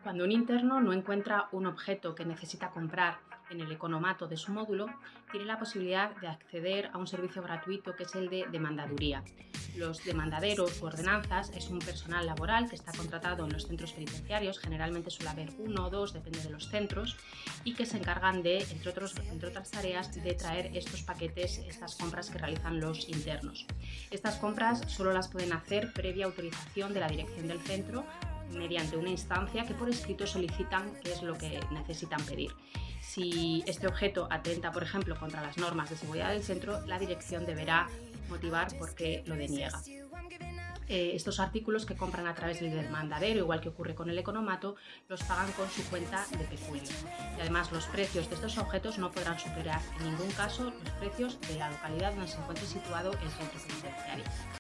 Cuando un interno no encuentra un objeto que necesita comprar en el economato de su módulo, tiene la posibilidad de acceder a un servicio gratuito que es el de demandaduría. Los demandaderos u ordenanzas es un personal laboral que está contratado en los centros penitenciarios, generalmente suele haber uno o dos, depende de los centros, y que se encargan de, entre otras tareas, de traer estos paquetes, estas compras que realizan los internos. Estas compras solo las pueden hacer previa autorización de la dirección del centro mediante una instancia que por escrito solicitan qué es lo que necesitan pedir. Si este objeto atenta, por ejemplo, contra las normas de seguridad del centro, la dirección deberá motivar por qué lo deniega. Estos artículos que compran a través del demandadero, igual que ocurre con el economato, los pagan con su cuenta de peculio. Y además los precios de estos objetos no podrán superar en ningún caso los precios de la localidad donde se encuentre situado el centro penitenciario.